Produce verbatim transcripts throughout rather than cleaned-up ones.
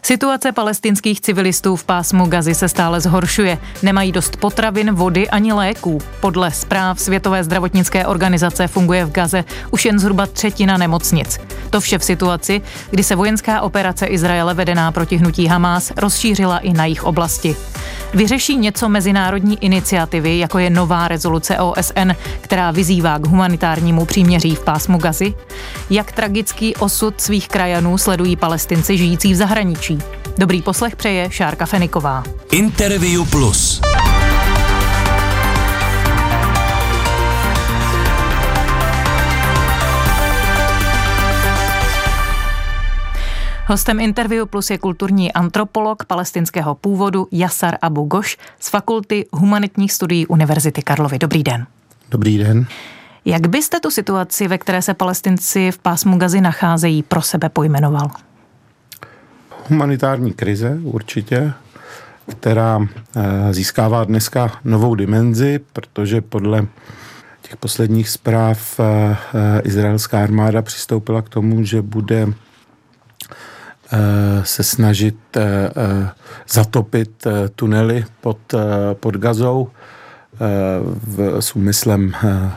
Situace palestinských civilistů v pásmu Gazy se stále zhoršuje. Nemají dost potravin, vody ani léků. Podle zpráv Světové zdravotnické organizace funguje v Gaze už jen zhruba třetina nemocnic. To vše v situaci, kdy se vojenská operace Izraele vedená proti hnutí Hamás rozšířila i na jejich oblasti. Vyřeší něco mezinárodní iniciativy, jako je nová rezoluce O S N, která vyzývá k humanitárnímu příměří v pásmu Gazy? Jak tragický osud svých krajanů sledují Palestinci žijící v zahraničí? Dobrý poslech přeje Šárka Feniková. Interview Plus. Hostem Interview Plus je kulturní antropolog palestinského původu Jasar Abu Goš z Fakulty humanitních studií Univerzity Karlovy. Dobrý den. Dobrý den. Jak byste tu situaci, ve které se Palestinci v pásmu Gazy nacházejí, pro sebe pojmenoval? Humanitární krize určitě, která získává dneska novou dimenzi, protože podle těch posledních zpráv izraelská armáda přistoupila k tomu, že bude se snažit zatopit tunely pod, pod Gazou s úmyslem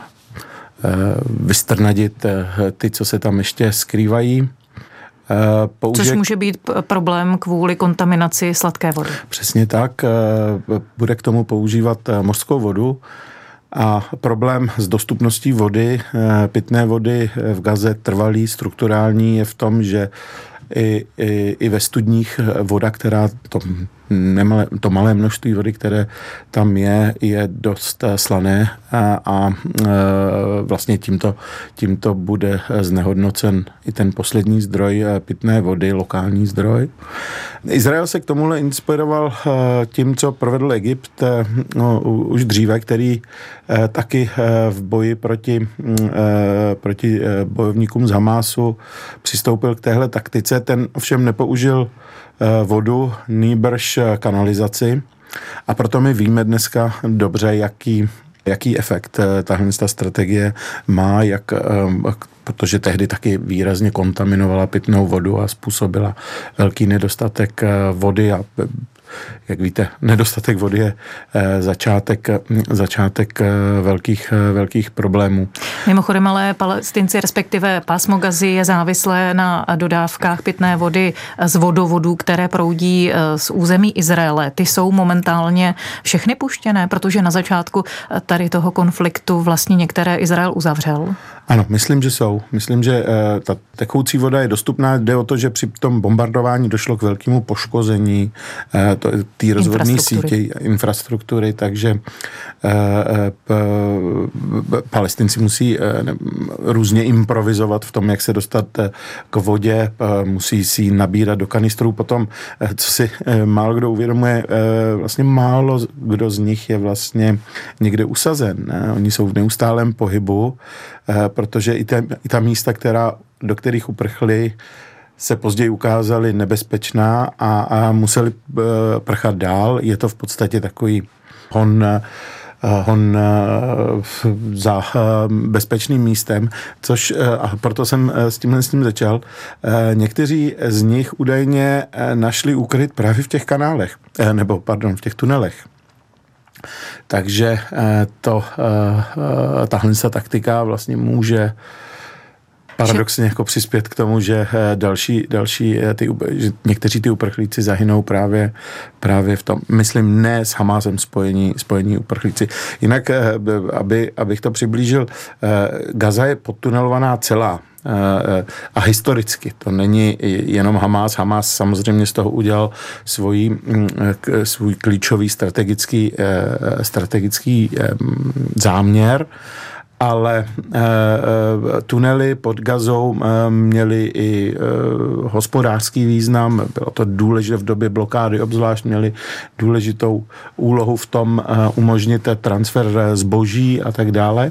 vystrnadit ty, co se tam ještě skrývají. Použije... Což může být problém kvůli kontaminaci sladké vody. Přesně tak. Bude k tomu používat mořskou vodu. A problém s dostupností vody, pitné vody v Gaze trvalý, strukturální, je v tom, že I, i, i ve studních voda, která to, nemalé, to malé množství vody, které tam je, je dost slané a, a vlastně tímto, tímto bude znehodnocen i ten poslední zdroj pitné vody, lokální zdroj. Izrael se k tomuhle inspiroval tím, co provedl Egypt no, už dříve, který taky v boji proti, proti bojovníkům z Hamásu přistoupil k téhle taktice. Ten ovšem nepoužil vodu, nýbrž kanalizaci a proto my víme dneska dobře, jaký, jaký efekt tahle strategie má, jak, protože tehdy taky výrazně kontaminovala pitnou vodu a způsobila velký nedostatek vody a jak víte, nedostatek vody je začátek, začátek velkých, velkých problémů. Mimochodem, ale Palestinci, respektive pásmo Gazy, je závislé na dodávkách pitné vody z vodovodů, které proudí z území Izraele. Ty jsou momentálně všechny puštěné, protože na začátku tady toho konfliktu vlastně některé Izrael uzavřel. Ano, myslím, že jsou. Myslím, že ta tekoucí voda je dostupná. Jde o to, že při tom bombardování došlo k velkému poškození té rozvodné sítě, infrastruktury, takže p, Palestinci musí různě improvizovat v tom, jak se dostat k vodě, musí si ji nabírat do kanistrů. Potom, co si málo kdo uvědomuje, vlastně málo kdo z nich je vlastně někde usazen. Oni jsou v neustálém pohybu, protože i, te, i ta místa, která, do kterých uprchli, se později ukázaly nebezpečná a, a museli uh, prchat dál. Je to v podstatě takový hon, uh, hon uh, za uh, bezpečným místem, což, uh, a proto jsem uh, s tímhle s tím začal. Uh, někteří z nich údajně uh, našli úkryt právě v těch kanálech, uh, nebo pardon, v těch tunelech. Takže uh, to, uh, uh, tahle taktika vlastně může paradoxně jako přispět k tomu, že další, další ty, že někteří ty uprchlíci zahynou právě, právě v tom, myslím, ne s Hamásem spojení, spojení uprchlíci. Jinak, aby, abych to přiblížil, Gaza je podtunelovaná celá. A historicky. To není jenom Hamás. Hamás samozřejmě z toho udělal svůj, svůj klíčový strategický, strategický záměr, ale e, e, tunely pod Gazou e, měly i e, hospodářský význam, bylo to důležité v době blokády, obzvlášť měly důležitou úlohu v tom e, umožnit transfer zboží a tak dále.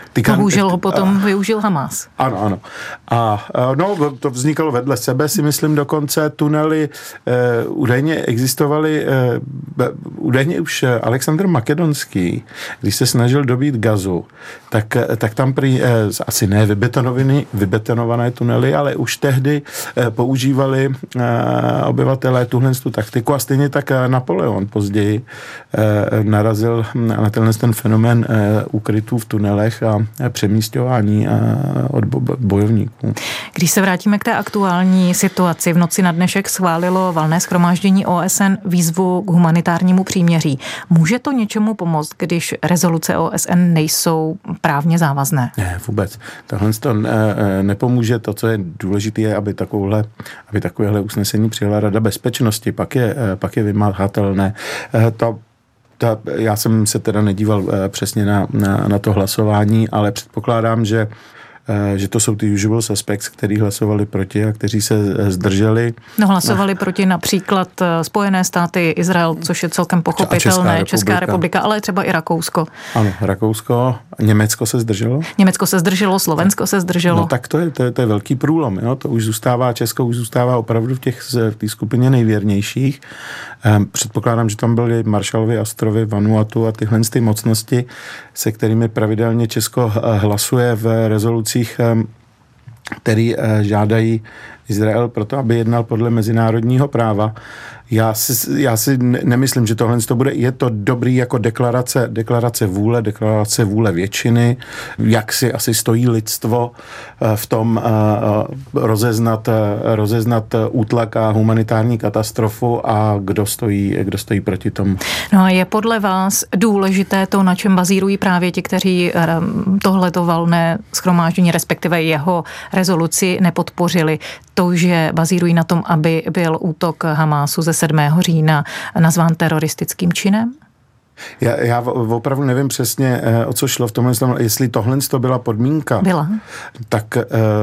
Tykan, bohužel ho potom a, využil Hamás. Ano, ano. A no, to vznikalo vedle sebe, si myslím dokonce. Tunely eh, údajně existovaly, eh, údajně už Alexandr Makedonský, když se snažil dobít Gazu, tak, tak tam prý, eh, asi ne vybetonované, vybetonované tunely, ale už tehdy eh, používali eh, obyvatelé tuhle tu taktiku a stejně tak Napoleon později eh, narazil na tenhle ten fenomén eh, ukrytů v tunelech a přemísťování eh, od bojovníků. Když se vrátíme k té aktuální situaci, v noci na dnešek schválilo valné shromáždění O S N výzvu k humanitárnímu příměří. Může to něčemu pomoct, když rezoluce O S N nejsou právně závazné? Ne, vůbec. Tohle to nepomůže. To, co je důležité, je, aby takovéhle, aby takovéhle usnesení přijala Rada bezpečnosti. Pak je, pak je vymahatelné. To Ta, já jsem se teda nedíval e, přesně na, na, na to hlasování, ale předpokládám, že, e, že to jsou ty usual suspects, kteří hlasovali proti a kteří se e, zdrželi. No hlasovali no. proti například Spojené státy, Izrael, což je celkem pochopitelné, Česká republika. Česká republika, ale třeba i Rakousko. Ano, Rakousko, Německo se zdrželo? Německo se zdrželo, Slovensko se zdrželo. No tak to je, to je, to je velký průlom, jo? To už zůstává, Česko už zůstává opravdu v těch v té skupině nejvěrnějších. Předpokládám, že tam byly Marshallovy ostrovy, Vanuatu a tyhle ty mocnosti, se kterými pravidelně Česko hlasuje v rezolucích, který žádají Izrael proto, aby jednal podle mezinárodního práva. Já si, já si nemyslím, že tohle to bude. Je to dobrý jako deklarace, deklarace vůle, deklarace vůle většiny, jak si asi stojí lidstvo v tom rozeznat, rozeznat útlak a humanitární katastrofu a kdo stojí, kdo stojí proti tomu. No a je podle vás důležité to, na čem bazírují právě ti, kteří tohleto valné shromáždění, respektive jeho rezoluci nepodpořili, to, že bazírují na tom, aby byl útok Hamásu ze sedmého října nazván teroristickým činem? Já, já opravdu nevím přesně, o co šlo v tomhle, jestli tohle to byla podmínka. Byla. Tak,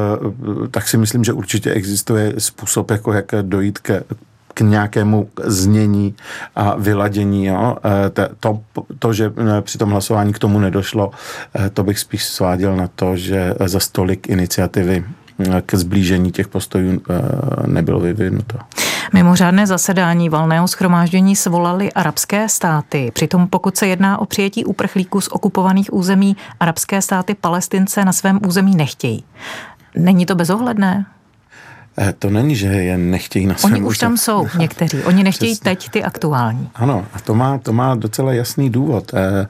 tak si myslím, že určitě existuje způsob, jako jak dojít ke k nějakému znění a vyladění. Jo. To, to, že při tom hlasování k tomu nedošlo, to bych spíš sváděl na to, že za stolik iniciativy ke zblížení těch postojů nebylo vyvinuto. Mimořádné zasedání valného shromáždění svolali arabské státy. Přitom pokud se jedná o přijetí uprchlíků z okupovaných území, arabské státy Palestince na svém území nechtějí. Není to bezohledné? To není, že je nechtějí na svém Oni už tam jsou někteří. Oni nechtějí Přesně. teď ty aktuální. Ano, a to má, to má docela jasný důvod.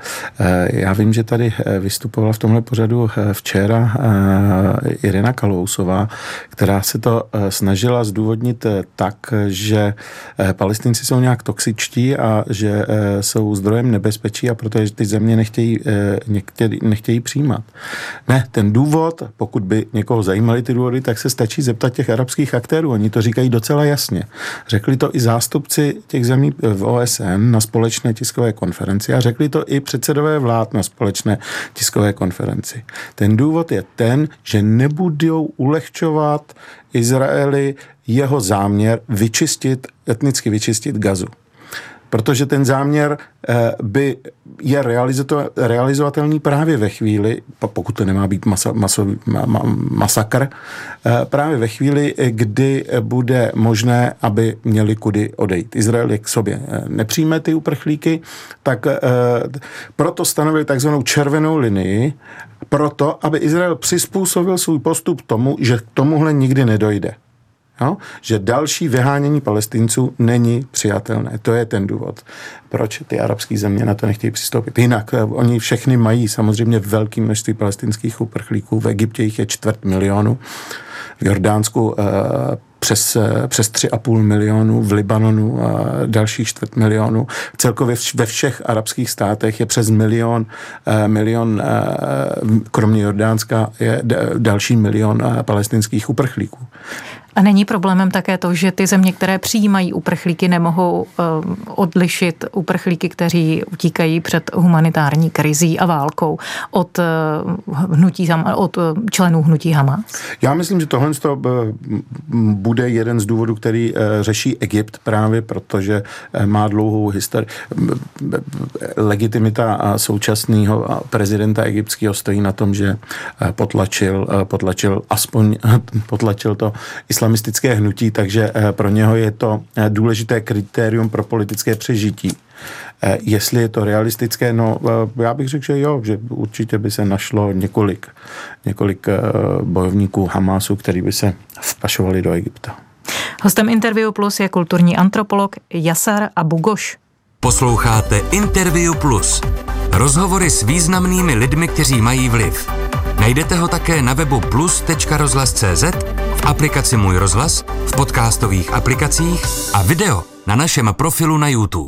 Já vím, že tady vystupovala v tomhle pořadu včera Irina Kalousová, která se to snažila zdůvodnit tak, že Palestinci jsou nějak toxičtí a že jsou zdrojem nebezpečí a protože ty země nechtějí, nechtějí, nechtějí přijímat. Ne, ten důvod, pokud by někoho zajímaly ty důvody, tak se stačí zeptat těch arabských aktérů. Oni to říkají docela jasně. Řekli to i zástupci těch zemí v O S N na společné tiskové konferenci a řekli to i předsedové vlád na společné tiskové konferenci. Ten důvod je ten, že nebudou ulehčovat Izraeli jeho záměr vyčistit, etnicky vyčistit Gazu. Protože ten záměr by je realizovatelný právě ve chvíli, pokud to nemá být masa, masový, ma, masakr, právě ve chvíli, kdy bude možné, aby měli kudy odejít. Izrael je k sobě nepřijme ty uprchlíky, tak proto stanovili takzvanou červenou linii, proto, aby Izrael přizpůsobil svůj postup tomu, že k tomuhle nikdy nedojde. Jo? Že další vyhánění Palestinců není přijatelné. To je ten důvod, proč ty arabské země na to nechtějí přistoupit. Jinak, oni všechny mají samozřejmě velké množství palestinských uprchlíků. V Egyptě jich je čtvrt milionu, v Jordánsku eh, přes, přes tři a půl milionu, v Libanonu eh, dalších čtvrt milionu. Celkově ve všech arabských státech je přes milion, eh, milion eh, kromě Jordánska je d- další milion eh, palestinských uprchlíků. A není problémem také to, že ty země, které přijímají uprchlíky, nemohou uh, odlišit uprchlíky, kteří utíkají před humanitární krizí a válkou od, uh, hnutí, od členů hnutí Hamas? Já myslím, že tohle bude jeden z důvodů, který řeší Egypt právě protože má dlouhou historii. Legitimita současného prezidenta egyptského stojí na tom, že potlačil, potlačil aspoň potlačil to islamistické hnutí, takže pro něho je to důležité kritérium pro politické přežití. Jestli je to realistické, no já bych řekl, že jo, že určitě by se našlo několik, několik bojovníků Hamasu, který by se vpašovali do Egypta. Hostem Interview Plus je kulturní antropolog Yasar Abu-Ghosh. Posloucháte Interview Plus. Rozhovory s významnými lidmi, kteří mají vliv. Najdete ho také na webu plus tečka rozhlas tečka cé zet, v aplikaci Můj rozhlas, v podcastových aplikacích a video na našem profilu na YouTube.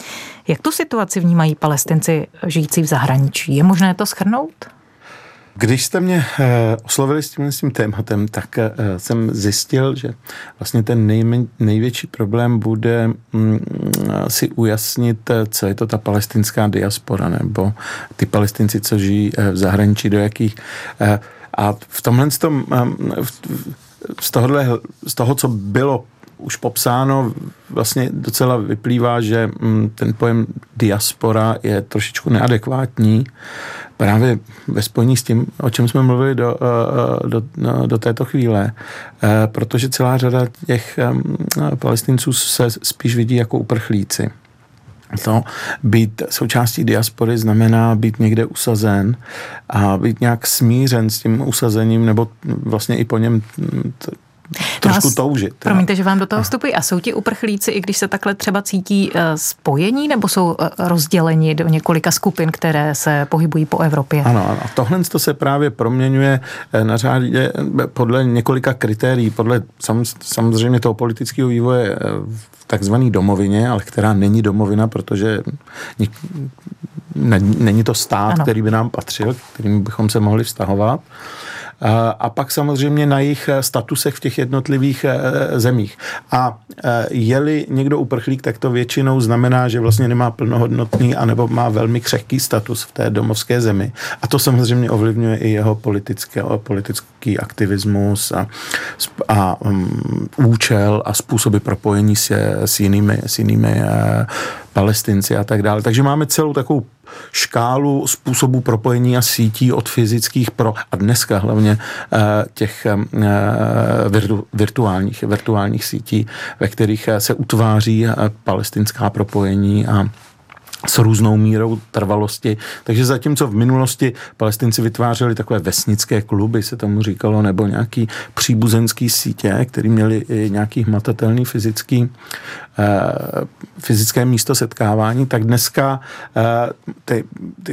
Jak tu situaci vnímají Palestinci žijící v zahraničí? Je možné to shrnout? Když jste mě eh, oslovili s tím, s tím tématem, tak eh, jsem zjistil, že vlastně ten nejmen, největší problém bude mm, si ujasnit, co je to ta palestinská diaspora, nebo ty Palestinci, co žijí eh, v zahraničí, do jakých... Eh, a v tomhle z, tom, eh, z, tohohle, z toho, co bylo už popsáno, vlastně docela vyplývá, že mm, ten pojem diaspora je trošičku neadekvátní, právě ve spojení s tím, o čem jsme mluvili do, do, do této chvíle, protože celá řada těch Palestinců se spíš vidí jako uprchlíci. To být součástí diaspory znamená být někde usazen a být nějak smířen s tím usazením, nebo vlastně i po něm t- trošku no toužit. Promiňte, že vám do toho vstupují. A jsou ti uprchlíci, i když se takhle třeba cítí spojení, nebo jsou rozděleni do několika skupin, které se pohybují po Evropě? Ano, ano. Tohle to se právě proměňuje na řádě podle několika kritérií, podle sam, samozřejmě toho politického vývoje v takzvaný domovině, ale která není domovina, protože není to stát, ano, který by nám patřil, kterým bychom se mohli vztahovat. A pak samozřejmě na jejich statusech v těch jednotlivých zemích. A je-li někdo uprchlík, tak to většinou znamená, že vlastně nemá plnohodnotný anebo má velmi křehký status v té domovské zemi. A to samozřejmě ovlivňuje i jeho politické, politický aktivismus a, a um, účel a způsoby propojení se s jinými, s jinými uh, Palestinci a tak dále. Takže máme celou takovou škálu způsobů propojení a sítí od fyzických pro a dneska hlavně těch virtu, virtuálních, virtuálních sítí, ve kterých se utváří palestinská propojení a s různou mírou trvalosti. Takže zatímco v minulosti Palestinci vytvářeli takové vesnické kluby, se tomu říkalo, nebo nějaký příbuzenský sítě, který měli i nějaký hmatatelný fyzický, eh, fyzické místo setkávání, tak dneska eh, ty, ty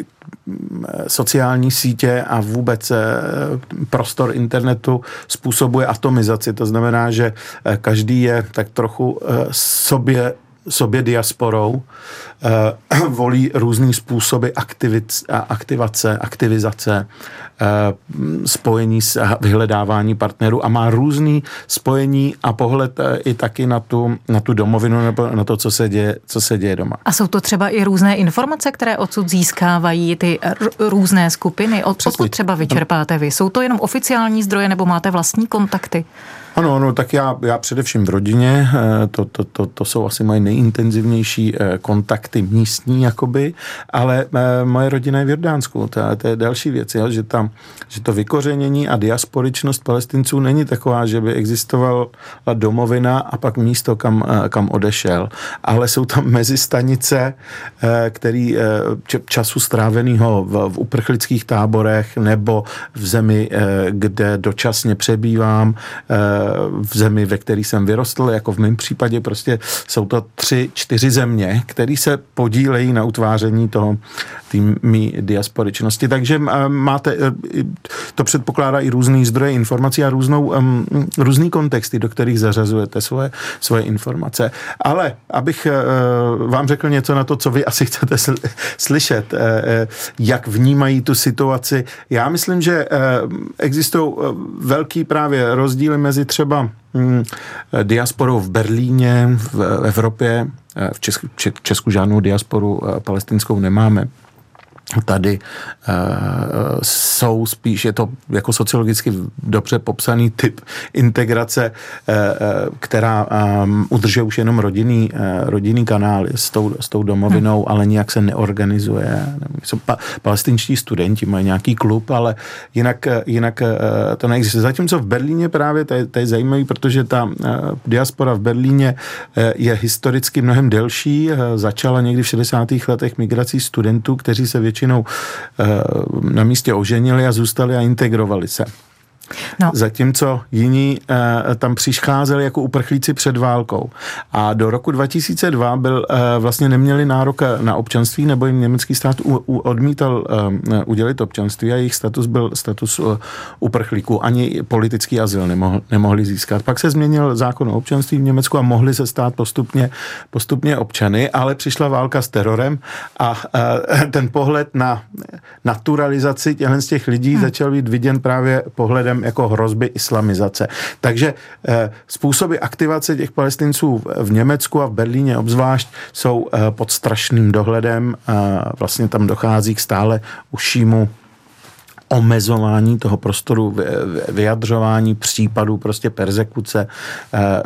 sociální sítě a vůbec eh, prostor internetu způsobuje atomizaci. To znamená, že eh, každý je tak trochu eh, sobě sobě diasporou, eh, volí různý způsoby aktivic, aktivace, aktivizace, eh, spojení s vyhledávání partnerů a má různý spojení a pohled eh, i taky na tu, na tu domovinu nebo na to, co se děje, co se děje doma. A jsou to třeba i různé informace, které odsud získávají ty r- různé skupiny? Od, odkud třeba vyčerpáte vy? Jsou to jenom oficiální zdroje nebo máte vlastní kontakty? Ano, ano, tak já, já především v rodině, to, to, to, to jsou asi moje nejintenzivnější kontakty místní, jakoby, ale moje rodina je v Jordánsku, to, to je další věc, jo, že, tam, že to vykořenění a diasporičnost Palestinců není taková, že by existovala domovina a pak místo, kam, kam odešel, ale jsou tam mezistanice, který času strávenýho v, v uprchlických táborech nebo v zemi, kde dočasně přebývám, v zemi, ve které jsem vyrostl, jako v mém případě prostě jsou to tři, čtyři země, které se podílejí na utváření toho mý diasporičnosti. Takže máte, to předpokládá i různý zdroje informací a různou, um, různý kontexty, do kterých zařazujete svoje, svoje informace. Ale abych uh, vám řekl něco na to, co vy asi chcete sl- slyšet, uh, jak vnímají tu situaci. Já myslím, že uh, existují uh, velký právě rozdíly mezi třeba hm, diasporou v Berlíně, v Evropě. V Česku, Česku žádnou diasporu palestinskou nemáme. Tady uh, jsou spíš, je to jako sociologicky dobře popsaný typ integrace, uh, která um, udržuje už jenom rodinný, uh, rodinný kanál s tou, s tou domovinou, hmm. ale nijak se neorganizuje. Jsou pa, palestinští studenti, mají nějaký klub, ale jinak, jinak uh, to neexistuje. Zatímco v Berlíně právě, to je, to je zajímavý, protože ta uh, diaspora v Berlíně uh, je historicky mnohem delší. Uh, začala někdy v šedesátých letech migrací studentů, kteří se většinou většinou na místě oženili a zůstali a integrovali se. No. Zatímco jiní e, tam přicházeli jako uprchlíci před válkou. A do roku dva tisíce dva byl, e, vlastně neměli nárok na občanství, nebo jim německý stát u, u, odmítal e, udělit občanství a jejich status byl status e, uprchlíků. Ani politický azyl nemohl, nemohli získat. Pak se změnil zákon o občanství v Německu a mohli se stát postupně, postupně občany, ale přišla válka s terorem a e, ten pohled na naturalizaci těchto z těch lidí hmm. začal být viděn právě pohledem jako hrozby islamizace. Takže eh, způsoby aktivace těch Palestinců v Německu a v Berlíně obzvlášť jsou eh, pod strašným dohledem. Eh, vlastně tam dochází k stále užšímu omezování toho prostoru, vyjadřování případů prostě perzekuce eh, eh,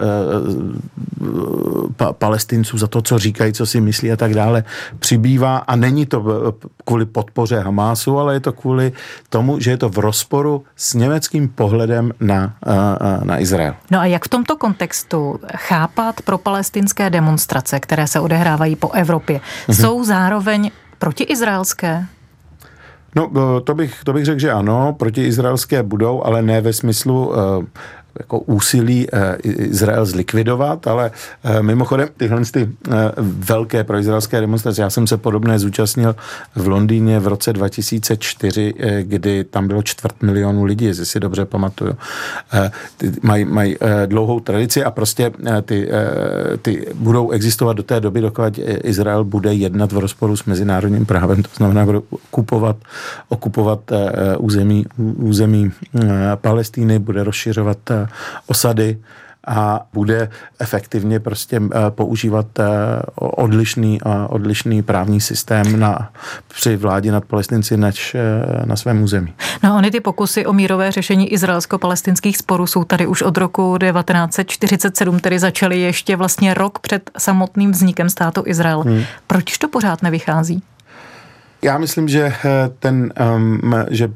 pa, Palestinců za to, co říkají, co si myslí a tak dále, přibývá a není to kvůli podpoře Hamásu, ale je to kvůli tomu, že je to v rozporu s německým pohledem na, eh, na Izrael. No a jak v tomto kontextu chápat pro palestinské demonstrace, které se odehrávají po Evropě, mhm. jsou zároveň protiizraelské? No, to bych, to bych řekl, že ano, protiizraelské budou, ale ne ve smyslu uh, jako úsilí eh, Izrael zlikvidovat, ale eh, mimochodem tyhle ty eh, velké proizraelské demonstrace, já jsem se podobné zúčastnil v Londýně v roce dva tisíce čtyři, eh, kdy tam bylo čtvrt milionu lidí, jestli si dobře pamatuju. Eh, ty mají maj, eh, dlouhou tradici a prostě eh, ty, eh, ty budou existovat do té doby, dokud Izrael bude jednat v rozporu s mezinárodním právem, to znamená bude okupovat, okupovat eh, území, území eh, Palestíny, bude rozšiřovat eh, osady a bude efektivně prostě používat odlišný, odlišný právní systém na, při vládě nad Palestinci než na svém území. No ony ty pokusy o mírové řešení izraelsko-palestinských sporů jsou tady už od roku devatenáct set čtyřicet sedm, tedy začaly ještě vlastně rok před samotným vznikem státu Izrael. Hmm. Proč to pořád nevychází? Já myslím, že ten, um, že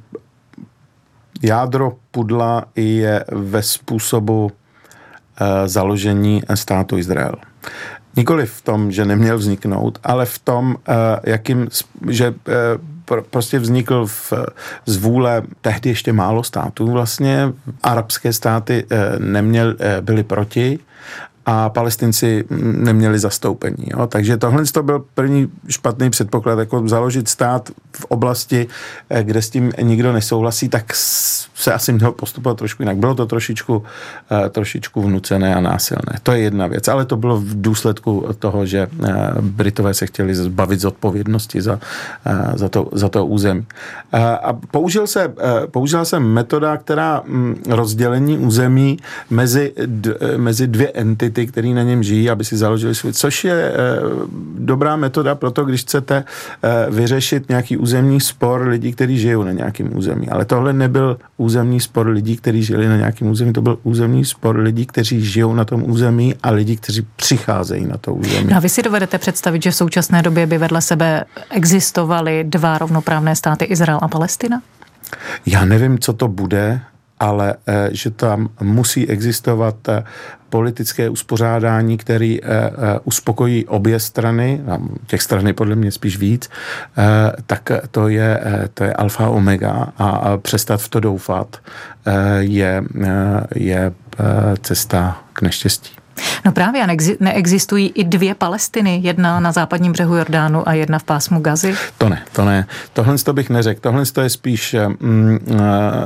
jádro pudla je ve způsobu uh, založení státu Izrael. Nikoli v tom, že neměl vzniknout, ale v tom, uh, jakým, že uh, pr- prostě vznikl v, z vůle tehdy ještě málo států vlastně. Arabské státy uh, neměl, uh, byly proti a Palestinci neměli zastoupení. Jo? Takže tohle to byl první špatný předpoklad, jako založit stát v oblasti, kde s tím nikdo nesouhlasí, tak se asi měl postupovat trošku jinak. Bylo to trošičku, trošičku vnucené a násilné. To je jedna věc, ale to bylo v důsledku toho, že Britové se chtěli zbavit z odpovědnosti za, za, to, za to území. A použil se, použila se metoda, která rozdělení území mezi, mezi dvě entity, který na něm žijí, aby si založili svůj, což je e, dobrá metoda pro to, když chcete e, vyřešit nějaký územní spor lidí, kteří žijou na nějakém území. Ale tohle nebyl územní spor lidí, kteří žili na nějakém území, to byl územní spor lidí, kteří žijou na tom území a lidí, kteří přicházejí na to území. No a vy si dovedete představit, že v současné době by vedle sebe existovaly dva rovnoprávné státy, Izrael a Palestina? Já nevím, co to bude, ale že tam musí existovat politické uspořádání, který uspokojí obě strany, těch stran je podle mě spíš víc, tak to je, to je alfa omega a přestat v to doufat je, je cesta k neštěstí. No právě, neexistují i dvě Palestiny, jedna na západním břehu Jordánu a jedna v pásmu Gazy? To ne, to ne. Tohle to bych neřekl. Tohle to je spíš, mm, uh,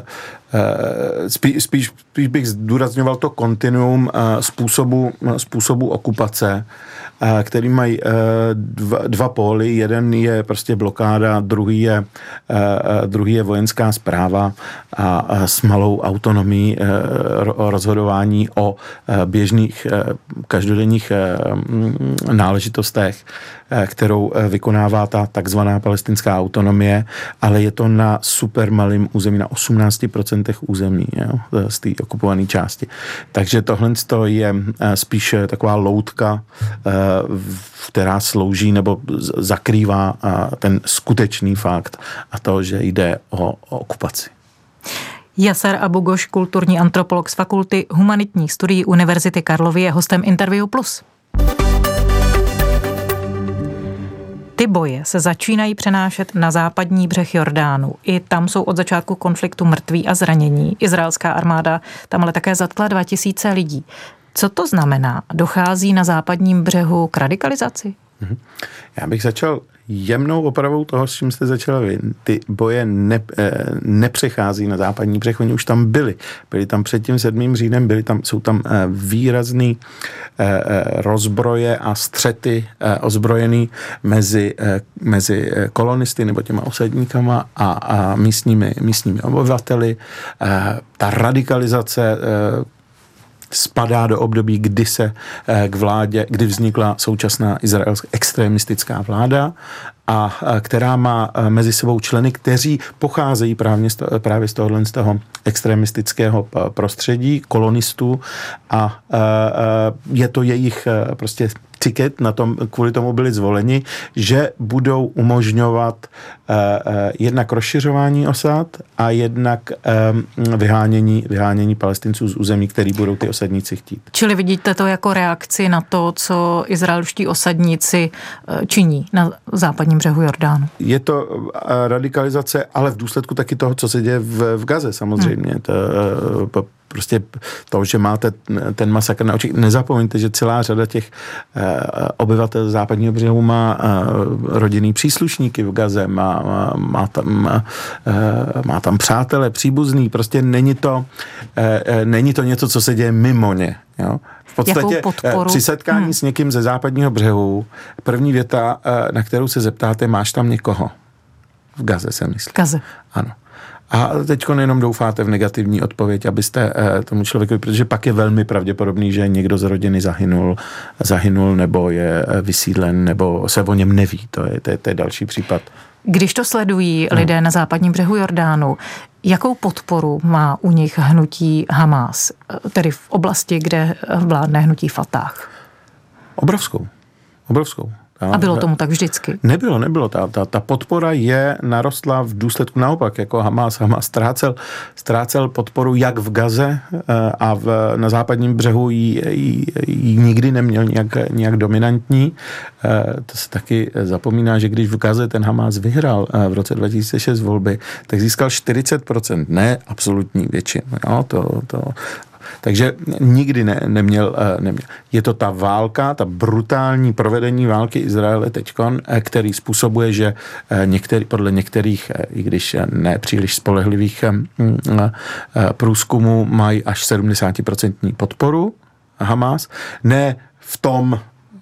spíš, spíš, spíš bych zdůrazňoval to kontinuum uh, způsobu, způsobu okupace který mají dva, dva póly. Jeden je prostě blokáda, druhý je, druhý je vojenská správa a s malou autonomií rozhodování o běžných každodenních náležitostech, kterou vykonává ta takzvaná palestinská autonomie, ale je to na super malém území, na osmnáct procent území, jo, z té okupované části. Takže tohle je spíš taková loutka, která slouží nebo zakrývá ten skutečný fakt a to, že jde o, o okupaci. Yasser Abu Ghosh, kulturní antropolog z Fakulty humanitních studií Univerzity Karlovy, je hostem Interview Plus. Ty boje se začínají přenášet na západní břeh Jordánu. I tam jsou od začátku konfliktu mrtví a zranění. Izraelská armáda tam ale také zatkla dva tisíce lidí. Co to znamená? Dochází na západním břehu k radikalizaci? Já bych začal jemnou opravou toho, s čím jste začala vy. Ty boje ne, nepřechází na západní břeh, oni už tam byli. Byli tam před tím sedmým říjnem, byli tam, jsou tam výrazný rozbroje a střety ozbrojený mezi, mezi kolonisty nebo těma osadníkama a, a místními, místními obyvateli. Ta radikalizace spadá do období, kdy se k vládě, kdy vznikla současná izraelská extremistická vláda a která má mezi sebou členy, kteří pocházejí právě z, to, právě z tohohle z toho extremistického prostředí, kolonistů a je to jejich prostě tiket, na tom, kvůli tomu byli zvoleni, že budou umožňovat uh, uh, jednak rozšiřování osad a jednak um, vyhánění, vyhánění Palestinců z území, který budou ty osadníci chtít. Čili vidíte to jako reakci na to, co izraelští osadníci uh, činí na západním břehu Jordánu? Je to uh, radikalizace, ale v důsledku taky toho, co se děje v, v Gaze samozřejmě. Hmm. To, uh, Prostě to, že máte ten masakr na očích. Nezapomeňte, že celá řada těch obyvatel západního břehu má rodinný příslušníky v Gaze, má, má, má, tam, má, má tam přátele, příbuzný. Prostě není to, není to něco, co se děje mimo ně. Jo? V podstatě při setkání hmm. s někým ze západního břehu, první věta, na kterou se zeptáte, máš tam někoho? V Gaze se myslí. Gaze. Ano. A teďko nejenom doufáte v negativní odpověď, abyste eh, tomu člověku, protože pak je velmi pravděpodobný, že někdo z rodiny zahynul, zahynul nebo je vysídlen, nebo se o něm neví. To je, to je, to je další případ. Když to sledují lidé no. na západním břehu Jordánu, jakou podporu má u nich hnutí Hamás, tedy v oblasti, kde vládne hnutí Fatah? Obrovskou. Obrovskou. A bylo tomu tak vždycky? Nebylo, nebylo. Ta, ta, ta podpora je narostla v důsledku naopak, jako Hamas. Hamas ztrácel, ztrácel podporu jak v Gaze a v, na západním břehu ji, ji, ji nikdy neměl nějak, nějak dominantní. To se taky zapomíná, že když v Gaze ten Hamas vyhrál v roce dva tisíce šest volby, tak získal čtyřicet procent, ne absolutní většinu. Jo, to, to Takže nikdy ne, neměl, neměl. Je to ta válka, ta brutální provedení války Izraele teďkon, který způsobuje, že některý, podle některých, i když ne příliš spolehlivých průzkumů, mají až sedmdesát procent podporu Hamas. Ne v tom,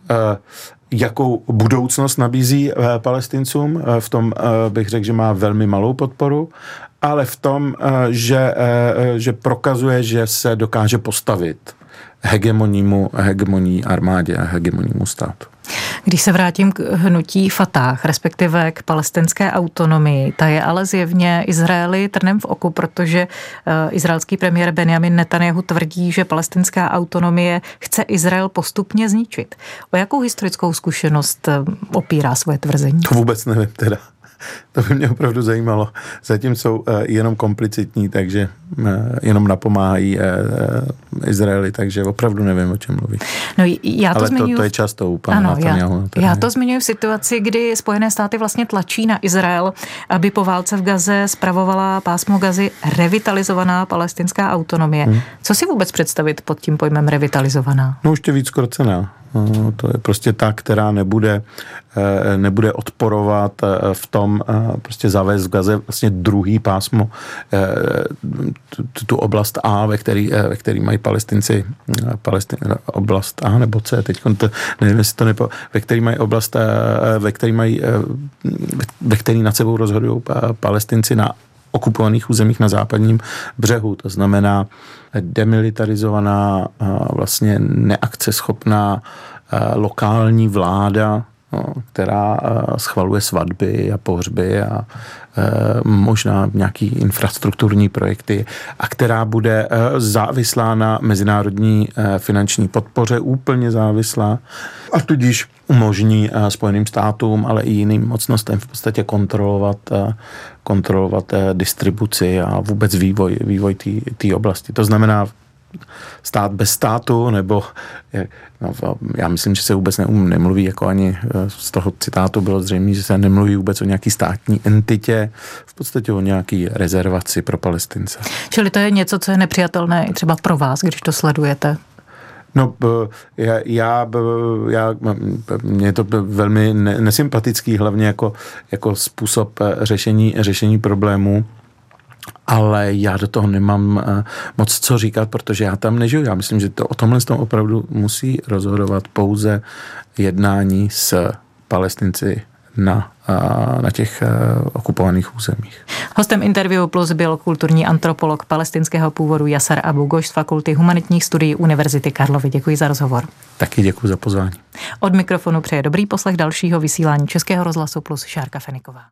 jakou budoucnost nabízí Palestincům, v tom bych řekl, že má velmi malou podporu, ale v tom, že, že prokazuje, že se dokáže postavit hegemonnímu, hegemonní armádě a hegemonnímu státu. Když se vrátím k hnutí Fatah, respektive k palestinské autonomii, ta je ale zjevně Izraeli trnem v oku, protože izraelský premiér Benjamin Netanjahu tvrdí, že palestinská autonomie chce Izrael postupně zničit. O jakou historickou zkušenost opírá svoje tvrzení? To vůbec nevím teda. To by mě opravdu zajímalo. Zatím jsou uh, jenom komplicitní, takže uh, jenom napomáhají uh, Izraeli, takže opravdu nevím, o čem mluví. No, já to Ale zmiňuji... to, to je často u pana Netanjahu. Já, já to zmiňuji v situaci, kdy Spojené státy vlastně tlačí na Izrael, aby po válce v Gaze spravovala pásmo Gazy revitalizovaná palestinská autonomie. Hmm. Co si vůbec představit pod tím pojmem revitalizovaná? No už tě víc krocená. To je prostě ta, která nebude, nebude odporovat v tom prostě zavést v Gaze vlastně druhý pásmo, tu oblast A, ve který, ve který mají Palestinci, Palestin, oblast A nebo C, teď to, nevím, jestli to nepo, ve který mají oblast, ve který mají, ve který nad sebou rozhodují Palestinci na okupovaných územích na západním břehu. To znamená demilitarizovaná, vlastně neakceschopná lokální vláda, která schvaluje svatby a pohřby a možná nějaký infrastrukturní projekty a která bude závislá na mezinárodní finanční podpoře, úplně závislá a tudíž umožní Spojeným státům, ale i jiným mocnostem v podstatě kontrolovat, kontrolovat distribuci a vůbec vývoj, vývoj té oblasti. To znamená stát bez státu, nebo no, já myslím, že se vůbec neum, nemluví, jako ani z toho citátu bylo zřejmé, že se nemluví vůbec o nějaký státní entitě, v podstatě o nějaký rezervaci pro Palestince. Čili to je něco, co je nepřijatelné i třeba pro vás, když to sledujete? No, já, já, já mě je to velmi nesympatický, hlavně jako, jako způsob řešení, řešení problémů, ale já do toho nemám moc co říkat, protože já tam nežiju. Já myslím, že to o tomhle tom opravdu musí rozhodovat pouze jednání s Palestinci na, na těch okupovaných územích. Hostem Interview Plus byl kulturní antropolog palestinského původu Jasser Abu Goš z Fakulty humanitních studií Univerzity Karlovy. Děkuji za rozhovor. Taky děkuji za pozvání. Od mikrofonu přeje dobrý poslech dalšího vysílání Českého rozhlasu Plus Šárka Feniková.